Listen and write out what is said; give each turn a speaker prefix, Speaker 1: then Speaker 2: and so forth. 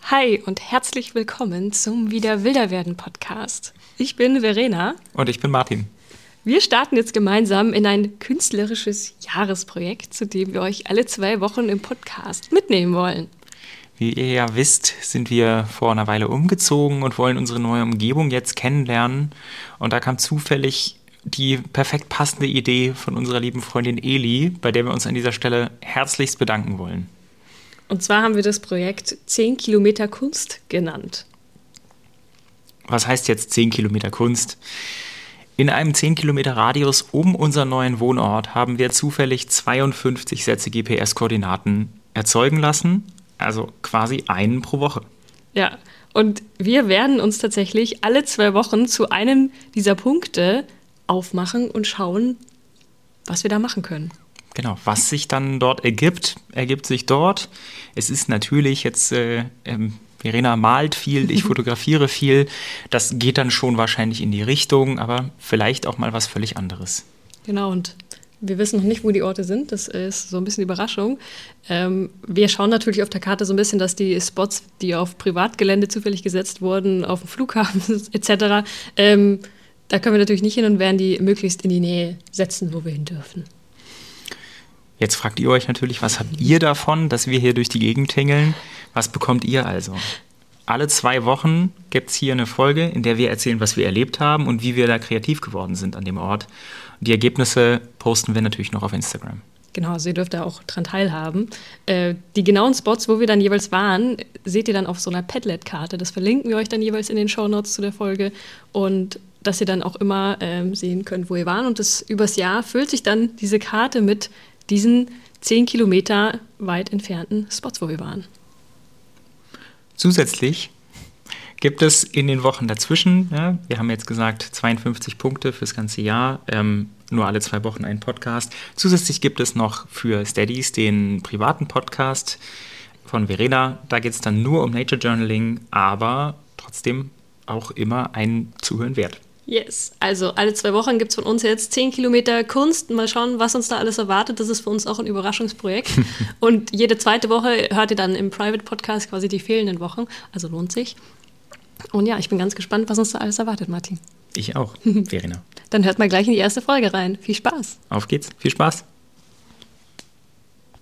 Speaker 1: Hi und herzlich willkommen zum Wieder wilder werden Podcast. Ich bin Verena.
Speaker 2: Und ich bin Martin.
Speaker 1: Wir starten jetzt gemeinsam in ein künstlerisches Jahresprojekt, zu dem wir euch alle 2 Wochen im Podcast mitnehmen wollen.
Speaker 2: Wie ihr ja wisst, sind wir vor einer Weile umgezogen und wollen unsere neue Umgebung jetzt kennenlernen. Und da kam zufällig die perfekt passende Idee von unserer lieben Freundin Eli, bei der wir uns an dieser Stelle herzlichst bedanken wollen.
Speaker 1: Und zwar haben wir das Projekt 10 Kilometer Kunst genannt.
Speaker 2: Was heißt jetzt 10 Kilometer Kunst? In einem 10 Kilometer Radius um unseren neuen Wohnort haben wir zufällig 52 Sätze GPS-Koordinaten erzeugen lassen, also quasi einen pro Woche.
Speaker 1: Ja, und wir werden uns tatsächlich alle 2 Wochen zu einem dieser Punkte aufmachen und schauen, was wir da machen können.
Speaker 2: Genau, was sich dann dort ergibt sich dort. Es ist natürlich jetzt, Verena malt viel, ich fotografiere viel. Das geht dann schon wahrscheinlich in die Richtung, aber vielleicht auch mal was völlig anderes.
Speaker 1: Genau, und wir wissen noch nicht, wo die Orte sind. Das ist so ein bisschen Überraschung. Wir schauen natürlich auf der Karte so ein bisschen, dass die Spots, die auf Privatgelände zufällig gesetzt wurden, auf dem Flughafen etc., da können wir natürlich nicht hin und werden die möglichst in die Nähe setzen, wo wir hin dürfen.
Speaker 2: Jetzt fragt ihr euch natürlich, was habt ihr davon, dass wir hier durch die Gegend tingeln? Was bekommt ihr also? Alle 2 Wochen gibt es hier eine Folge, in der wir erzählen, was wir erlebt haben und wie wir da kreativ geworden sind an dem Ort. Die Ergebnisse posten wir natürlich noch auf Instagram.
Speaker 1: Genau, also ihr dürft da auch dran teilhaben. Die genauen Spots, wo wir dann jeweils waren, seht ihr dann auf so einer Padlet-Karte. Das verlinken wir euch dann jeweils in den Shownotes zu der Folge. Und dass ihr dann auch immer sehen könnt, wo ihr waren. Und übers Jahr füllt sich dann diese Karte mit diesen 10 Kilometer weit entfernten Spots, wo wir waren.
Speaker 2: Zusätzlich gibt es in den Wochen dazwischen, ja, wir haben jetzt gesagt 52 Punkte fürs ganze Jahr, nur alle 2 Wochen ein Podcast. Zusätzlich gibt es noch für Steadies den privaten Podcast von Verena. Da geht es dann nur um Nature Journaling, aber trotzdem auch immer ein Zuhören wert.
Speaker 1: Yes, also alle 2 Wochen gibt es von uns jetzt 10 Kilometer Kunst. Mal schauen, was uns da alles erwartet. Das ist für uns auch ein Überraschungsprojekt. Und jede 2. Woche hört ihr dann im Private Podcast quasi die fehlenden Wochen. Also lohnt sich. Und ja, ich bin ganz gespannt, was uns da alles erwartet, Martin.
Speaker 2: Ich auch, Verena.
Speaker 1: Dann hört mal gleich in die erste Folge rein. Viel Spaß.
Speaker 2: Auf geht's, viel Spaß.